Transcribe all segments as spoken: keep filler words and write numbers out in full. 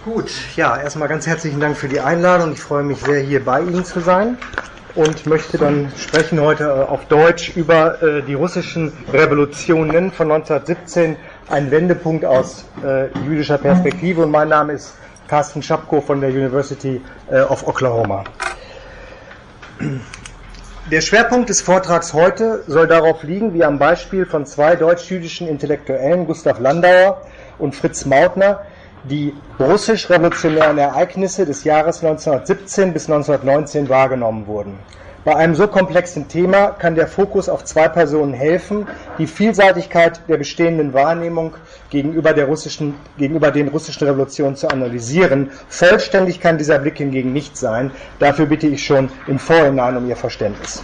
Gut, ja, erstmal ganz herzlichen Dank für die Einladung. Ich freue mich sehr, hier bei Ihnen zu sein und möchte dann sprechen heute auf Deutsch über äh, die russischen Revolutionen von neunzehnhundertsiebzehn, ein Wendepunkt aus äh, jüdischer Perspektive. Und mein Name ist Carsten Schapko von der University äh, of Oklahoma. Der Schwerpunkt des Vortrags heute soll darauf liegen, wie am Beispiel von zwei deutsch-jüdischen Intellektuellen, Gustav Landauer und Fritz Mautner, die russisch-revolutionären Ereignisse des Jahres neunzehnhundertsiebzehn bis neunzehnhundertneunzehn wahrgenommen wurden. Bei einem so komplexen Thema kann der Fokus auf zwei Personen helfen, die Vielseitigkeit der bestehenden Wahrnehmung gegenüber, der russischen, gegenüber den russischen Revolutionen zu analysieren. Vollständig kann dieser Blick hingegen nicht sein. Dafür bitte ich schon im Vorhinein um Ihr Verständnis.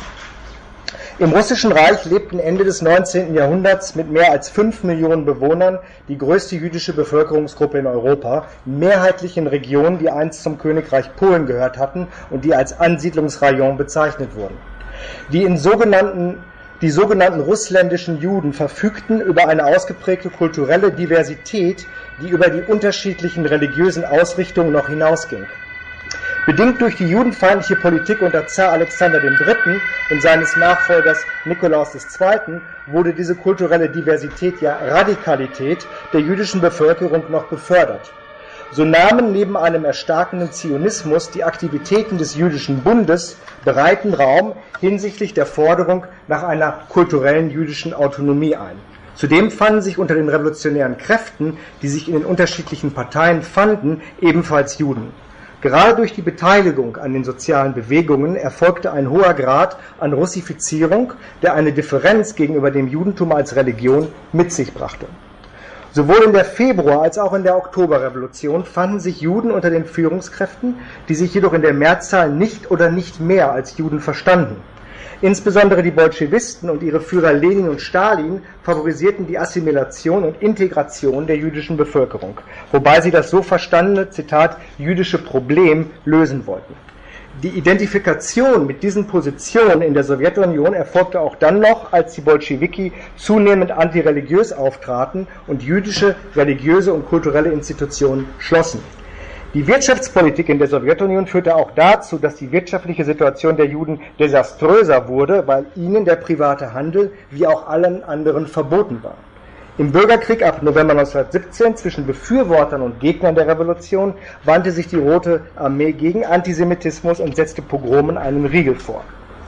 Im Russischen Reich lebten Ende des neunzehnten Jahrhunderts mit mehr als fünf Millionen Bewohnern die größte jüdische Bevölkerungsgruppe in Europa, mehrheitlich in Regionen, die einst zum Königreich Polen gehört hatten und die als Ansiedlungsrayon bezeichnet wurden. Die, in sogenannten, die sogenannten russländischen Juden verfügten über eine ausgeprägte kulturelle Diversität, die über die unterschiedlichen religiösen Ausrichtungen noch hinausging. Bedingt durch die judenfeindliche Politik unter Zar Alexander der Dritte und seines Nachfolgers Nikolaus der Zweite wurde diese kulturelle Diversität, ja Radikalität der jüdischen Bevölkerung noch befördert. So nahmen neben einem erstarkenden Zionismus die Aktivitäten des Jüdischen Bundes breiten Raum hinsichtlich der Forderung nach einer kulturellen jüdischen Autonomie ein. Zudem fanden sich unter den revolutionären Kräften, die sich in den unterschiedlichen Parteien fanden, ebenfalls Juden. Gerade durch die Beteiligung an den sozialen Bewegungen erfolgte ein hoher Grad an Russifizierung, der eine Differenz gegenüber dem Judentum als Religion mit sich brachte. Sowohl in der Februar- als auch in der Oktoberrevolution fanden sich Juden unter den Führungskräften, die sich jedoch in der Mehrzahl nicht oder nicht mehr als Juden verstanden. Insbesondere die Bolschewisten und ihre Führer Lenin und Stalin favorisierten die Assimilation und Integration der jüdischen Bevölkerung, wobei sie das so verstandene, Zitat, jüdische Problem lösen wollten. Die Identifikation mit diesen Positionen in der Sowjetunion erfolgte auch dann noch, als die Bolschewiki zunehmend antireligiös auftraten und jüdische, religiöse und kulturelle Institutionen schlossen. Die Wirtschaftspolitik in der Sowjetunion führte auch dazu, dass die wirtschaftliche Situation der Juden desaströser wurde, weil ihnen der private Handel wie auch allen anderen verboten war. Im Bürgerkrieg ab November neunzehnhundertsiebzehn zwischen Befürwortern und Gegnern der Revolution wandte sich die Rote Armee gegen Antisemitismus und setzte Pogromen einen Riegel vor.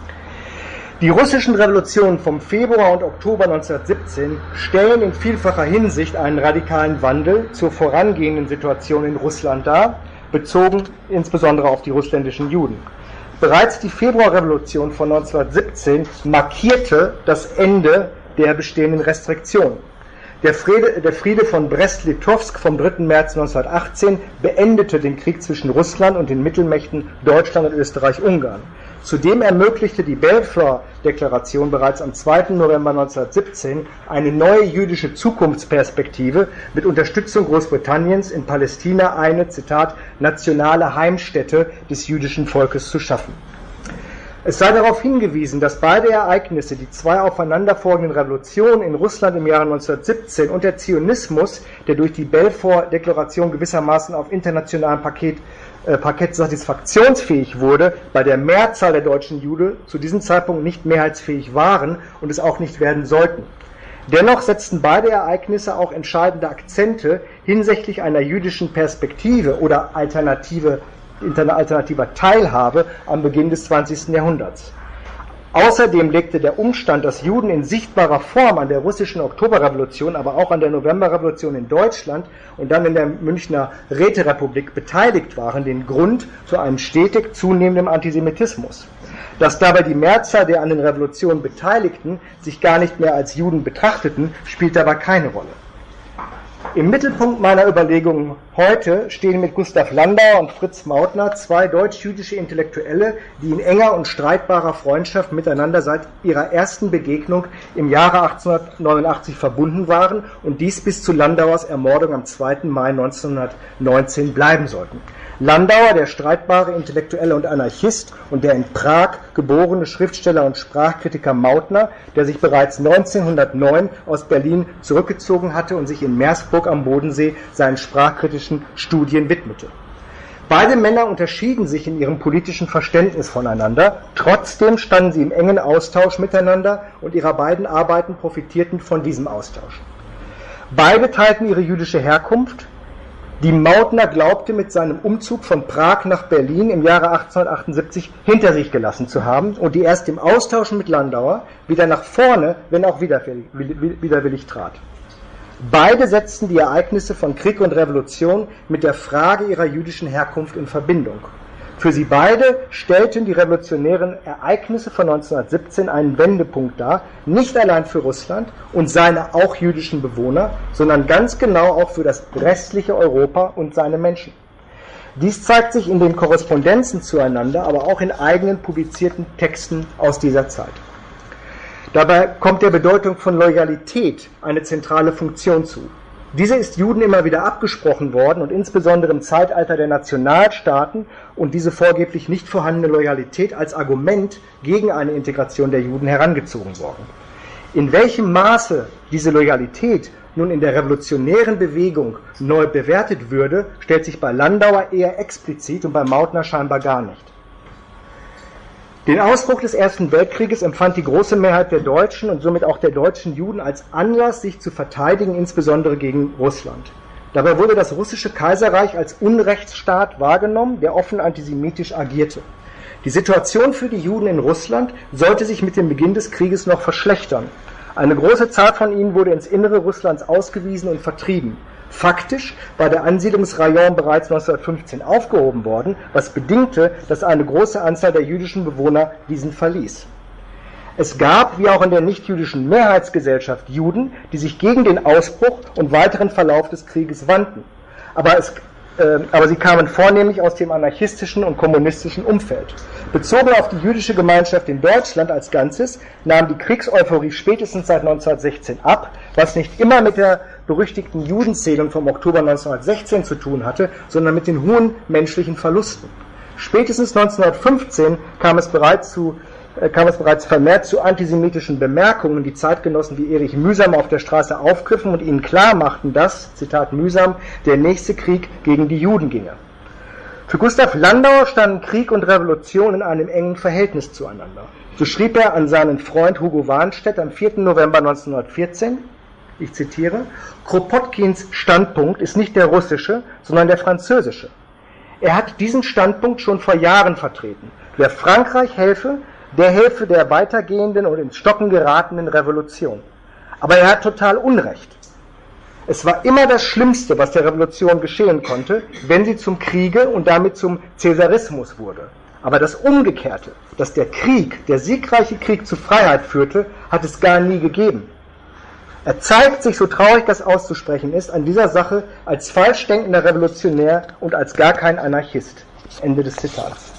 Die russischen Revolutionen vom Februar und Oktober neunzehnhundertsiebzehn stellen in vielfacher Hinsicht einen radikalen Wandel zur vorangehenden Situation in Russland dar, bezogen insbesondere auf die russländischen Juden. Bereits die Februarrevolution von neunzehnhundertsiebzehn markierte das Ende der bestehenden Restriktionen. Der Friede, der Friede von Brest-Litowsk vom dritten März neunzehnhundertachtzehn beendete den Krieg zwischen Russland und den Mittelmächten Deutschland und Österreich-Ungarn. Zudem ermöglichte die Balfour-Deklaration bereits am zweiten November neunzehnhundertsiebzehn eine neue jüdische Zukunftsperspektive mit Unterstützung Großbritanniens in Palästina eine, Zitat, nationale Heimstätte des jüdischen Volkes zu schaffen. Es sei darauf hingewiesen, dass beide Ereignisse, die zwei aufeinanderfolgenden Revolutionen in Russland im Jahre neunzehnhundertsiebzehn und der Zionismus, der durch die Balfour-Deklaration gewissermaßen auf internationalem Paket Äh, Parkett satisfaktionsfähig wurde, bei der Mehrzahl der deutschen Juden zu diesem Zeitpunkt nicht mehrheitsfähig waren und es auch nicht werden sollten. Dennoch setzten beide Ereignisse auch entscheidende Akzente hinsichtlich einer jüdischen Perspektive oder alternative, alternativer Teilhabe am Beginn des zwanzigsten Jahrhunderts. Außerdem legte der Umstand, dass Juden in sichtbarer Form an der russischen Oktoberrevolution, aber auch an der Novemberrevolution in Deutschland und dann in der Münchner Räterepublik beteiligt waren, den Grund zu einem stetig zunehmenden Antisemitismus. Dass dabei die Mehrzahl der an den Revolutionen Beteiligten sich gar nicht mehr als Juden betrachteten, spielt dabei keine Rolle. Im Mittelpunkt meiner Überlegungen heute stehen mit Gustav Landauer und Fritz Mautner zwei deutsch-jüdische Intellektuelle, die in enger und streitbarer Freundschaft miteinander seit ihrer ersten Begegnung im Jahre achtzehnhundertneunundachtzig verbunden waren und dies bis zu Landauers Ermordung am zweiten Mai neunzehnhundertneunzehn bleiben sollten. Landauer, der streitbare Intellektuelle und Anarchist, und der in Prag geborene Schriftsteller und Sprachkritiker Mautner, der sich bereits neunzehnhundertneun aus Berlin zurückgezogen hatte und sich in Meersburg am Bodensee seinen sprachkritischen Studien widmete. Beide Männer unterschieden sich in ihrem politischen Verständnis voneinander, trotzdem standen sie im engen Austausch miteinander und ihre beiden Arbeiten profitierten von diesem Austausch. Beide teilten ihre jüdische Herkunft, die Mautner glaubte, mit seinem Umzug von Prag nach Berlin im Jahre achtzehnhundertachtundsiebzig hinter sich gelassen zu haben und die erst im Austausch mit Landauer wieder nach vorne, wenn auch widerwillig, widerwillig trat. Beide setzten die Ereignisse von Krieg und Revolution mit der Frage ihrer jüdischen Herkunft in Verbindung. Für sie beide stellten die revolutionären Ereignisse von neunzehnhundertsiebzehn einen Wendepunkt dar, nicht allein für Russland und seine auch jüdischen Bewohner, sondern ganz genau auch für das restliche Europa und seine Menschen. Dies zeigt sich in den Korrespondenzen zueinander, aber auch in eigenen publizierten Texten aus dieser Zeit. Dabei kommt der Bedeutung von Loyalität eine zentrale Funktion zu. Diese ist Juden immer wieder abgesprochen worden und insbesondere im Zeitalter der Nationalstaaten und diese vorgeblich nicht vorhandene Loyalität als Argument gegen eine Integration der Juden herangezogen worden. In welchem Maße diese Loyalität nun in der revolutionären Bewegung neu bewertet würde, stellt sich bei Landauer eher explizit und bei Mautner scheinbar gar nicht. Den Ausbruch des Ersten Weltkrieges empfand die große Mehrheit der Deutschen und somit auch der deutschen Juden als Anlass, sich zu verteidigen, insbesondere gegen Russland. Dabei wurde das russische Kaiserreich als Unrechtsstaat wahrgenommen, der offen antisemitisch agierte. Die Situation für die Juden in Russland sollte sich mit dem Beginn des Krieges noch verschlechtern. Eine große Zahl von ihnen wurde ins Innere Russlands ausgewiesen und vertrieben. Faktisch war der Ansiedlungsrayon bereits neunzehnhundertfünfzehn aufgehoben worden, was bedingte, dass eine große Anzahl der jüdischen Bewohner diesen verließ. Es gab, wie auch in der nichtjüdischen Mehrheitsgesellschaft, Juden, die sich gegen den Ausbruch und weiteren Verlauf des Krieges wandten. Aber, es, äh, aber sie kamen vornehmlich aus dem anarchistischen und kommunistischen Umfeld. Bezogen auf die jüdische Gemeinschaft in Deutschland als Ganzes nahm die Kriegseuphorie spätestens seit neunzehnhundertsechzehn ab, was nicht immer mit der berüchtigten Judenzählung vom Oktober neunzehnhundertsechzehn zu tun hatte, sondern mit den hohen menschlichen Verlusten. Spätestens neunzehnhundertfünfzehn kam es bereits zu äh, kam es bereits vermehrt zu antisemitischen Bemerkungen, die Zeitgenossen wie Erich Mühsam auf der Straße aufgriffen und ihnen klar machten, dass, Zitat Mühsam, der nächste Krieg gegen die Juden ginge. Für Gustav Landauer standen Krieg und Revolution in einem engen Verhältnis zueinander. So schrieb er an seinen Freund Hugo Warnstedt am vierten November neunzehnhundertvierzehn, ich zitiere, Kropotkins Standpunkt ist nicht der russische, sondern der französische. Er hat diesen Standpunkt schon vor Jahren vertreten. Wer Frankreich helfe, der helfe der weitergehenden und ins Stocken geratenen Revolution. Aber er hat total Unrecht. Es war immer das Schlimmste, was der Revolution geschehen konnte, wenn sie zum Kriege und damit zum Cäsarismus wurde. Aber das Umgekehrte, dass der Krieg, der siegreiche Krieg zur Freiheit führte, hat es gar nie gegeben. Er zeigt sich, so traurig das auszusprechen ist, an dieser Sache als falsch denkender Revolutionär und als gar kein Anarchist. Ende des Zitats.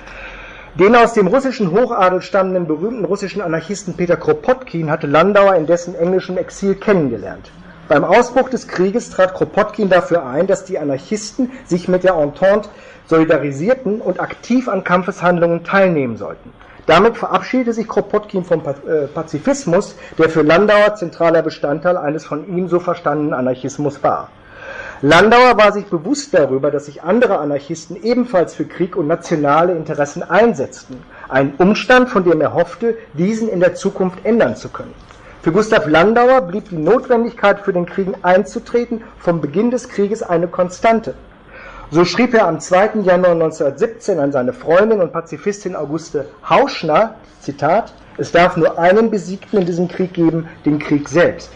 Den aus dem russischen Hochadel stammenden berühmten russischen Anarchisten Peter Kropotkin hatte Landauer in dessen englischem Exil kennengelernt. Beim Ausbruch des Krieges trat Kropotkin dafür ein, dass die Anarchisten sich mit der Entente solidarisierten und aktiv an Kampfeshandlungen teilnehmen sollten. Damit verabschiedete sich Kropotkin vom Pazifismus, der für Landauer zentraler Bestandteil eines von ihm so verstandenen Anarchismus war. Landauer war sich bewusst darüber, dass sich andere Anarchisten ebenfalls für Krieg und nationale Interessen einsetzten, ein Umstand, von dem er hoffte, diesen in der Zukunft ändern zu können. Für Gustav Landauer blieb die Notwendigkeit, für den Krieg einzutreten, vom Beginn des Krieges eine Konstante. So schrieb er am zweiten Januar neunzehnhundertsiebzehn an seine Freundin und Pazifistin Auguste Hauschner, Zitat, es darf nur einen Besiegten in diesem Krieg geben, den Krieg selbst.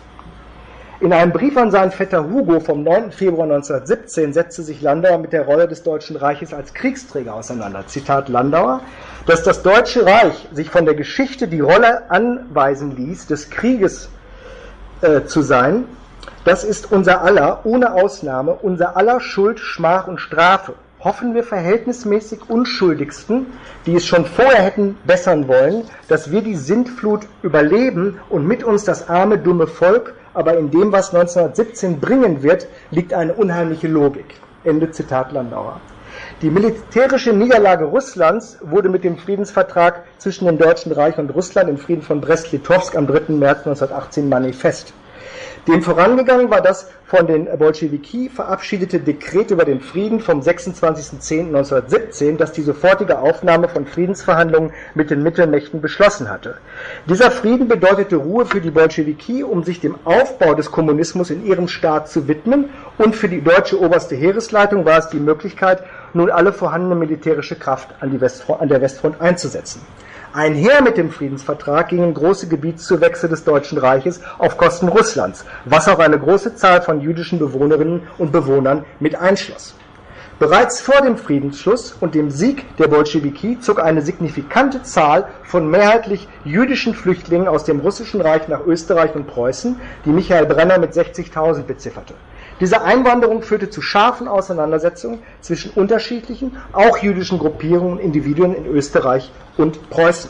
In einem Brief an seinen Vetter Hugo vom neunten Februar neunzehnhundertsiebzehn setzte sich Landauer mit der Rolle des Deutschen Reiches als Kriegsträger auseinander. Zitat Landauer, dass das Deutsche Reich sich von der Geschichte die Rolle anweisen ließ, des Krieges äh, zu sein, das ist unser aller, ohne Ausnahme, unser aller Schuld, Schmach und Strafe. Hoffen wir verhältnismäßig Unschuldigsten, die es schon vorher hätten bessern wollen, dass wir die Sintflut überleben und mit uns das arme, dumme Volk, aber in dem, was neunzehnhundertsiebzehn bringen wird, liegt eine unheimliche Logik. Ende Zitat Landauer. Die militärische Niederlage Russlands wurde mit dem Friedensvertrag zwischen dem Deutschen Reich und Russland im Frieden von Brest-Litovsk am dritten März neunzehnhundertachtzehn manifest. Dem vorangegangen war das von den Bolschewiki verabschiedete Dekret über den Frieden vom sechsundzwanzigsten zehnten neunzehnhundertsiebzehn, das die sofortige Aufnahme von Friedensverhandlungen mit den Mittelmächten beschlossen hatte. Dieser Frieden bedeutete Ruhe für die Bolschewiki, um sich dem Aufbau des Kommunismus in ihrem Staat zu widmen, und für die deutsche oberste Heeresleitung war es die Möglichkeit, nun alle vorhandene militärische Kraft an, die Westfront, an der Westfront einzusetzen. Einher mit dem Friedensvertrag gingen große Gebietszuwächse des Deutschen Reiches auf Kosten Russlands, was auch eine große Zahl von jüdischen Bewohnerinnen und Bewohnern mit einschloss. Bereits vor dem Friedensschluss und dem Sieg der Bolschewiki zog eine signifikante Zahl von mehrheitlich jüdischen Flüchtlingen aus dem Russischen Reich nach Österreich und Preußen, die Michael Brenner mit sechzigtausend bezifferte. Diese Einwanderung führte zu scharfen Auseinandersetzungen zwischen unterschiedlichen, auch jüdischen Gruppierungen und Individuen in Österreich und Preußen.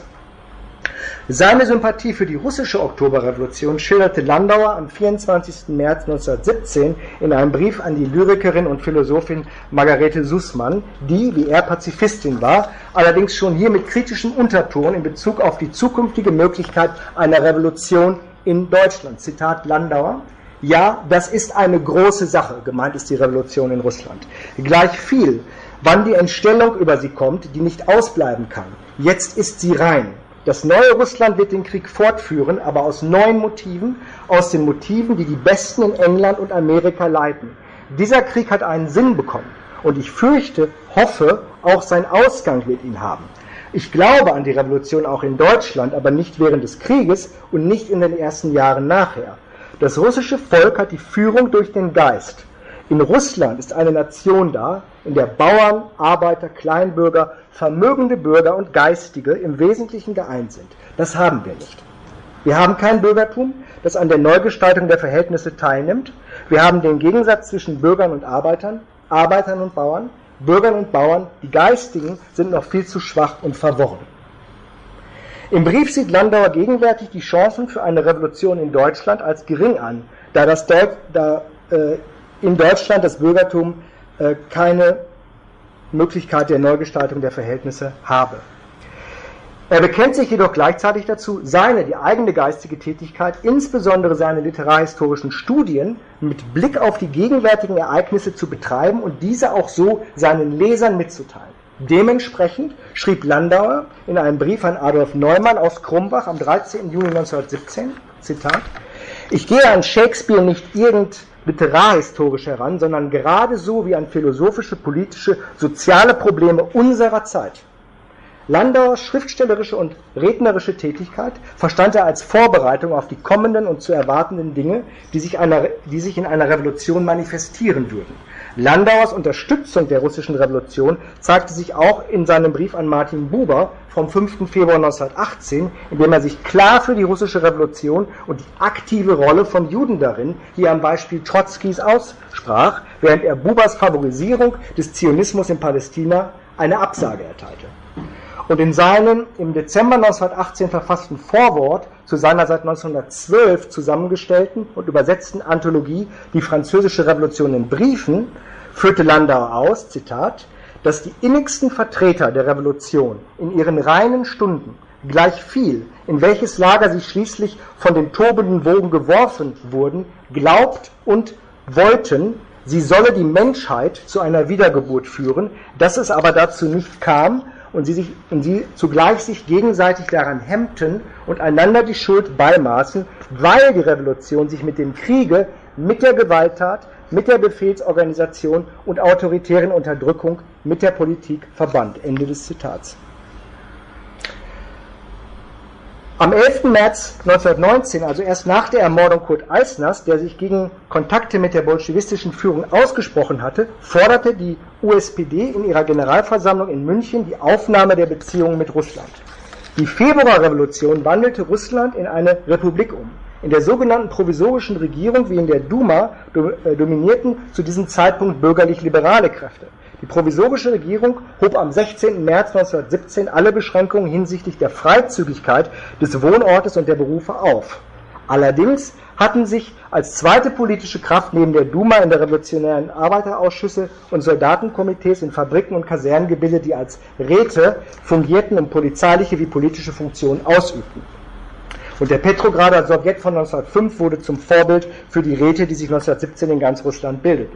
Seine Sympathie für die russische Oktoberrevolution schilderte Landauer am vierundzwanzigsten März neunzehnhundertsiebzehn in einem Brief an die Lyrikerin und Philosophin Margarete Sussmann, die, wie er, Pazifistin war, allerdings schon hier mit kritischem Unterton in Bezug auf die zukünftige Möglichkeit einer Revolution in Deutschland. Zitat Landauer: Ja, das ist eine große Sache, gemeint ist die Revolution in Russland. Gleich viel, wann die Entstellung über sie kommt, die nicht ausbleiben kann. Jetzt ist sie rein. Das neue Russland wird den Krieg fortführen, aber aus neuen Motiven, aus den Motiven, die die Besten in England und Amerika leiten. Dieser Krieg hat einen Sinn bekommen und ich fürchte, hoffe, auch sein Ausgang wird ihn haben. Ich glaube an die Revolution auch in Deutschland, aber nicht während des Krieges und nicht in den ersten Jahren nachher. Das russische Volk hat die Führung durch den Geist. In Russland ist eine Nation da, in der Bauern, Arbeiter, Kleinbürger, vermögende Bürger und Geistige im Wesentlichen geeint sind. Das haben wir nicht. Wir haben kein Bürgertum, das an der Neugestaltung der Verhältnisse teilnimmt. Wir haben den Gegensatz zwischen Bürgern und Arbeitern, Arbeitern und Bauern, Bürgern und Bauern. Die Geistigen sind noch viel zu schwach und verworren. Im Brief sieht Landauer gegenwärtig die Chancen für eine Revolution in Deutschland als gering an, da, das Deut- da äh, in Deutschland das Bürgertum äh, keine Möglichkeit der Neugestaltung der Verhältnisse habe. Er bekennt sich jedoch gleichzeitig dazu, seine, die eigene geistige Tätigkeit, insbesondere seine literarhistorischen Studien, mit Blick auf die gegenwärtigen Ereignisse zu betreiben und diese auch so seinen Lesern mitzuteilen. Dementsprechend schrieb Landauer in einem Brief an Adolf Neumann aus Krumbach am dreizehnten Juni neunzehnhundertsiebzehn, Zitat: Ich gehe an Shakespeare nicht irgend literarhistorisch heran, sondern gerade so wie an philosophische, politische, soziale Probleme unserer Zeit. Landauers schriftstellerische und rednerische Tätigkeit verstand er als Vorbereitung auf die kommenden und zu erwartenden Dinge, die sich, einer, die sich in einer Revolution manifestieren würden. Landauers Unterstützung der russischen Revolution zeigte sich auch in seinem Brief an Martin Buber vom fünften Februar neunzehnhundertachtzehn, in dem er sich klar für die russische Revolution und die aktive Rolle von Juden darin, die er am Beispiel Trotzkis aussprach, während er Bubers Favorisierung des Zionismus in Palästina eine Absage erteilte. Und in seinem im Dezember neunzehnhundertachtzehn verfassten Vorwort zu seiner seit neunzehnhundertzwölf zusammengestellten und übersetzten Anthologie Die französische Revolution in Briefen führte Landauer aus, Zitat, dass die innigsten Vertreter der Revolution in ihren reinen Stunden gleich viel, in welches Lager sie schließlich von den tobenden Wogen geworfen wurden, glaubt und wollten, sie solle die Menschheit zu einer Wiedergeburt führen, dass es aber dazu nicht kam, und sie, sich, und sie zugleich sich gegenseitig daran hemmten und einander die Schuld beimaßen, weil die Revolution sich mit dem Kriege, mit der Gewalttat, mit der Befehlsorganisation und autoritären Unterdrückung, mit der Politik verband. Ende des Zitats. Am elften März neunzehnhundertneunzehn, also erst nach der Ermordung Kurt Eisners, der sich gegen Kontakte mit der bolschewistischen Führung ausgesprochen hatte, forderte die U S P D in ihrer Generalversammlung in München die Aufnahme der Beziehungen mit Russland. Die Februarrevolution wandelte Russland in eine Republik um. In der sogenannten provisorischen Regierung wie in der Duma dominierten zu diesem Zeitpunkt bürgerlich-liberale Kräfte. Die provisorische Regierung hob am sechzehnten März neunzehnhundertsiebzehn alle Beschränkungen hinsichtlich der Freizügigkeit des Wohnortes und der Berufe auf. Allerdings hatten sich als zweite politische Kraft neben der Duma in der revolutionären Arbeiterausschüsse und Soldatenkomitees in Fabriken und Kasernen gebildet, die als Räte fungierten und polizeiliche wie politische Funktionen ausübten. Und der Petrograder Sowjet von neunzehnhundertfünf wurde zum Vorbild für die Räte, die sich neunzehnhundertsiebzehn in ganz Russland bildeten.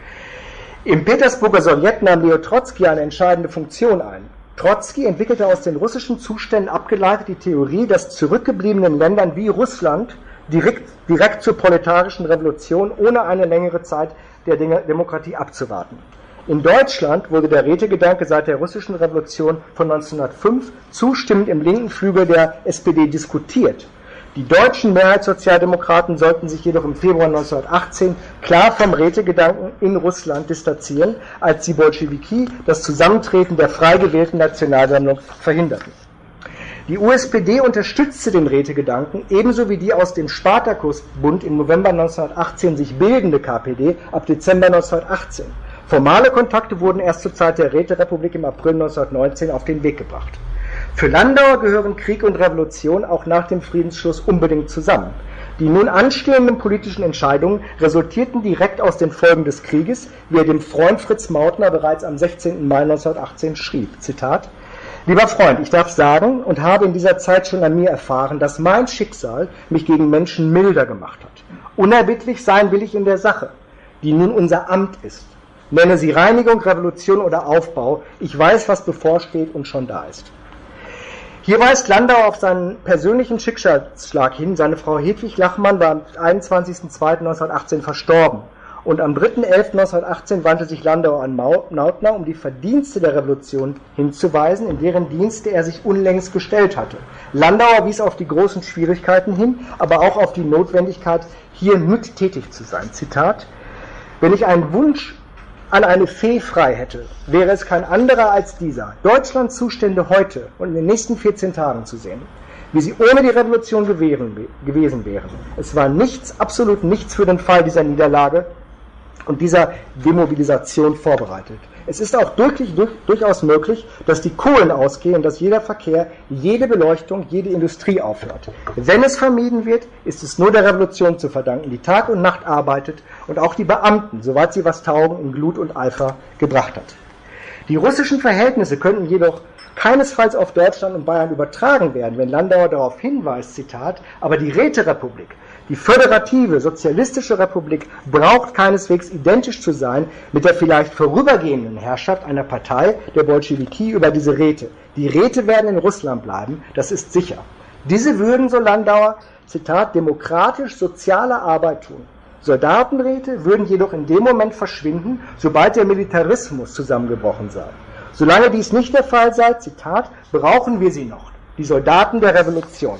Im Petersburger Sowjet nahm Leo Trotzki eine entscheidende Funktion ein. Trotzki entwickelte aus den russischen Zuständen abgeleitet die Theorie, dass zurückgebliebenen Ländern wie Russland direkt, direkt zur proletarischen Revolution ohne eine längere Zeit der Demokratie abzuwarten. In Deutschland wurde der Rätegedanke seit der russischen Revolution von neunzehnhundertfünf zustimmend im linken Flügel der S P D diskutiert. Die deutschen Mehrheitssozialdemokraten sollten sich jedoch im Februar neunzehnhundertachtzehn klar vom Rätegedanken in Russland distanzieren, als die Bolschewiki das Zusammentreten der frei gewählten Nationalsammlung verhinderten. Die U S P D unterstützte den Rätegedanken, ebenso wie die aus dem Spartakusbund im November neunzehnhundertachtzehn sich bildende K P D ab Dezember neunzehnhundertachtzehn. Formale Kontakte wurden erst zur Zeit der Räterepublik im April neunzehnhundertneunzehn auf den Weg gebracht. Für Landauer gehören Krieg und Revolution auch nach dem Friedensschluss unbedingt zusammen. Die nun anstehenden politischen Entscheidungen resultierten direkt aus den Folgen des Krieges, wie er dem Freund Fritz Mautner bereits am sechzehnten Mai neunzehnhundertachtzehn schrieb, Zitat: Lieber Freund, ich darf sagen und habe in dieser Zeit schon an mir erfahren, dass mein Schicksal mich gegen Menschen milder gemacht hat. Unerbittlich sein will ich in der Sache, die nun unser Amt ist. Nenne sie Reinigung, Revolution oder Aufbau. Ich weiß, was bevorsteht und schon da ist. Hier weist Landauer auf seinen persönlichen Schicksalsschlag hin. Seine Frau Hedwig Lachmann war am einundzwanzigsten zweiten neunzehnhundertachtzehn verstorben. Und am dritten elften neunzehnhundertachtzehn wandte sich Landauer an Mautner, um die Verdienste der Revolution hinzuweisen, in deren Dienste er sich unlängst gestellt hatte. Landauer wies auf die großen Schwierigkeiten hin, aber auch auf die Notwendigkeit, hier mit tätig zu sein. Zitat: Wenn ich einen Wunsch an eine Fee frei hätte, wäre es kein anderer als dieser, Deutschlands Zustände heute und in den nächsten vierzehn Tagen zu sehen, wie sie ohne die Revolution gewesen wären. Es war nichts, absolut nichts für den Fall dieser Niederlage und dieser Demobilisation vorbereitet. Es ist auch durch, durch, durchaus möglich, dass die Kohlen ausgehen, dass jeder Verkehr, jede Beleuchtung, jede Industrie aufhört. Wenn es vermieden wird, ist es nur der Revolution zu verdanken, die Tag und Nacht arbeitet und auch die Beamten, soweit sie was taugen, in Glut und Eifer gebracht hat. Die russischen Verhältnisse könnten jedoch keinesfalls auf Deutschland und Bayern übertragen werden, wenn Landauer darauf hinweist, Zitat: Aber die Räterepublik, die föderative, sozialistische Republik braucht keineswegs identisch zu sein mit der vielleicht vorübergehenden Herrschaft einer Partei der Bolschewiki über diese Räte. Die Räte werden in Russland bleiben, das ist sicher. Diese würden, so Landauer, Zitat, demokratisch-soziale Arbeit tun. Soldatenräte würden jedoch in dem Moment verschwinden, sobald der Militarismus zusammengebrochen sei. Solange dies nicht der Fall sei, Zitat, brauchen wir sie noch, die Soldaten der Revolution.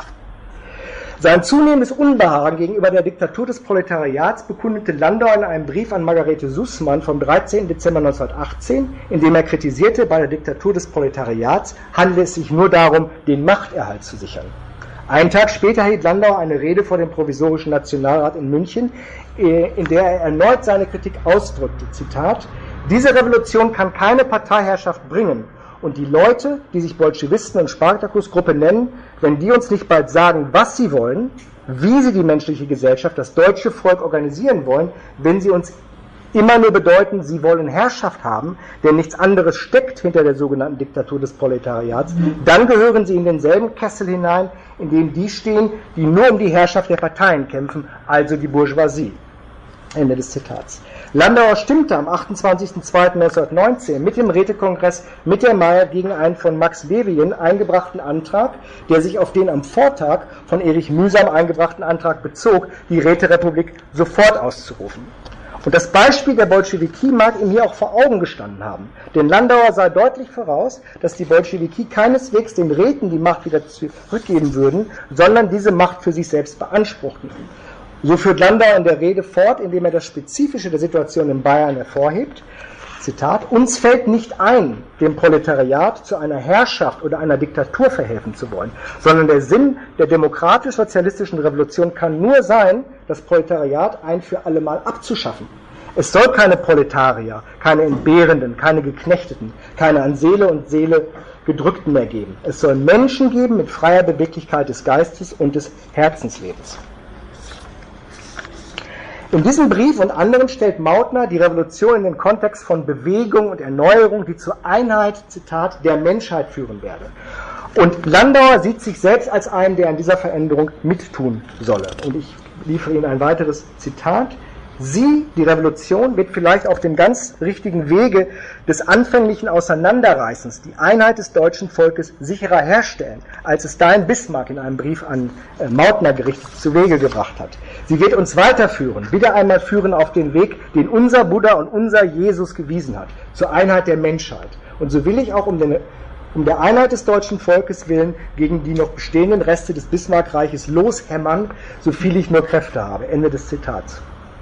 Sein zunehmendes Unbehagen gegenüber der Diktatur des Proletariats bekundete Landauer in einem Brief an Margarete Sussmann vom dreizehnten Dezember neunzehnhundertachtzehn, in dem er kritisierte, bei der Diktatur des Proletariats handle es sich nur darum, den Machterhalt zu sichern. Einen Tag später hielt Landauer eine Rede vor dem provisorischen Nationalrat in München, in der er erneut seine Kritik ausdrückte, Zitat: Diese Revolution kann keine Parteiherrschaft bringen. Und die Leute, die sich Bolschewisten und Spartakusgruppe nennen, wenn die uns nicht bald sagen, was sie wollen, wie sie die menschliche Gesellschaft, das deutsche Volk organisieren wollen, wenn sie uns immer nur bedeuten, sie wollen Herrschaft haben, denn nichts anderes steckt hinter der sogenannten Diktatur des Proletariats, dann gehören sie in denselben Kessel hinein, in dem die stehen, die nur um die Herrschaft der Parteien kämpfen, also die Bourgeoisie. Ende des Zitats. Landauer stimmte am achtundzwanzigsten zweiten neunzehnhundertneunzehn mit dem Rätekongress mit der Meier gegen einen von Max Vevien eingebrachten Antrag, der sich auf den am Vortag von Erich Mühsam eingebrachten Antrag bezog, die Räterepublik sofort auszurufen. Und das Beispiel der Bolschewiki mag ihm hier auch vor Augen gestanden haben. Denn Landauer sah deutlich voraus, dass die Bolschewiki keineswegs den Räten die Macht wieder zurückgeben würden, sondern diese Macht für sich selbst beanspruchten. So führt Landauer in der Rede fort, indem er das Spezifische der Situation in Bayern hervorhebt. Zitat: Uns fällt nicht ein, dem Proletariat zu einer Herrschaft oder einer Diktatur verhelfen zu wollen, sondern der Sinn der demokratisch-sozialistischen Revolution kann nur sein, das Proletariat ein für allemal abzuschaffen. Es soll keine Proletarier, keine Entbehrenden, keine Geknechteten, keine an Seele und Seele Gedrückten mehr geben. Es soll Menschen geben mit freier Beweglichkeit des Geistes und des Herzenslebens. In diesem Brief und anderen stellt Mautner die Revolution in den Kontext von Bewegung und Erneuerung, die zur Einheit, Zitat, der Menschheit führen werde. Und Landauer sieht sich selbst als einen, der an dieser Veränderung mittun solle. Und ich liefere Ihnen ein weiteres Zitat. Sie, die Revolution, wird vielleicht auf dem ganz richtigen Wege des anfänglichen Auseinanderreißens die Einheit des deutschen Volkes sicherer herstellen, als es dahin Bismarck in einem Brief an äh, Mautner gerichtet zu Wege gebracht hat. Sie wird uns weiterführen, wieder einmal führen auf den Weg, den unser Buddha und unser Jesus gewiesen hat, zur Einheit der Menschheit. Und so will ich auch um den um der Einheit des deutschen Volkes willen gegen die noch bestehenden Reste des Bismarckreiches loshämmern, so viel ich nur Kräfte habe. Ende des Zitats.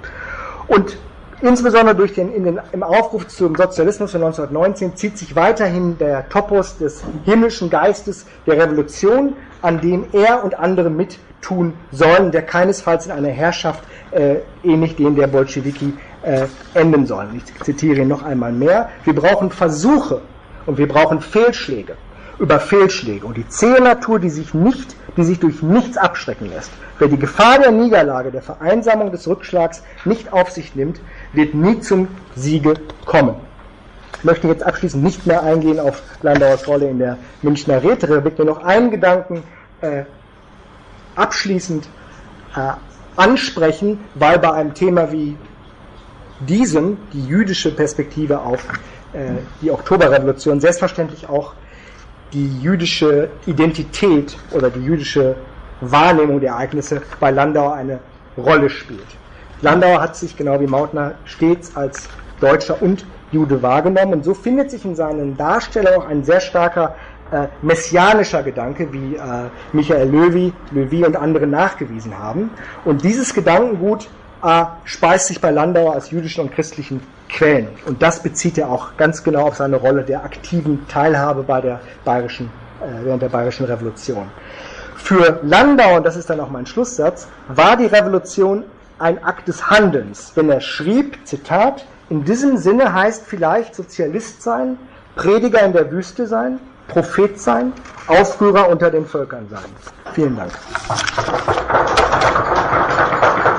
Und insbesondere durch den, in den, im Aufruf zum Sozialismus von neunzehnhundertneunzehn zieht sich weiterhin der Topos des himmlischen Geistes der Revolution, an dem er und andere mittun sollen, der keinesfalls in einer Herrschaft äh, ähnlich dem der Bolschewiki äh, enden sollen. Ich zitiere ihn noch einmal mehr. Wir brauchen Versuche und wir brauchen Fehlschläge über Fehlschläge und die zähe Natur, die sich nicht, die sich durch nichts abschrecken lässt. Wer die Gefahr der Niederlage, der Vereinsamung, des Rückschlags nicht auf sich nimmt, wird nie zum Siege kommen. Ich möchte jetzt abschließend nicht mehr eingehen auf Landauers Rolle in der Münchner Räterepublik, nur noch einen Gedanken äh, abschließend äh, ansprechen, weil bei einem Thema wie diesem die jüdische Perspektive auf äh, die Oktoberrevolution selbstverständlich auch die jüdische Identität oder die jüdische Wahrnehmung der Ereignisse bei Landauer eine Rolle spielt. Landauer hat sich, genau wie Mautner, stets als Deutscher und Jude wahrgenommen und so findet sich in seinen Darstellungen auch ein sehr starker äh, messianischer Gedanke, wie äh, Michael Löwy, Löwy und andere nachgewiesen haben. Und dieses Gedankengut äh, speist sich bei Landauer aus jüdischen und christlichen Quellen. Und das bezieht er auch ganz genau auf seine Rolle der aktiven Teilhabe bei der bayerischen, äh, während der Bayerischen Revolution. Für Landauer, und das ist dann auch mein Schlusssatz, war die Revolution ein Akt des Handelns, wenn er schrieb, Zitat, in diesem Sinne heißt vielleicht Sozialist sein, Prediger in der Wüste sein, Prophet sein, Aufrührer unter den Völkern sein. Vielen Dank.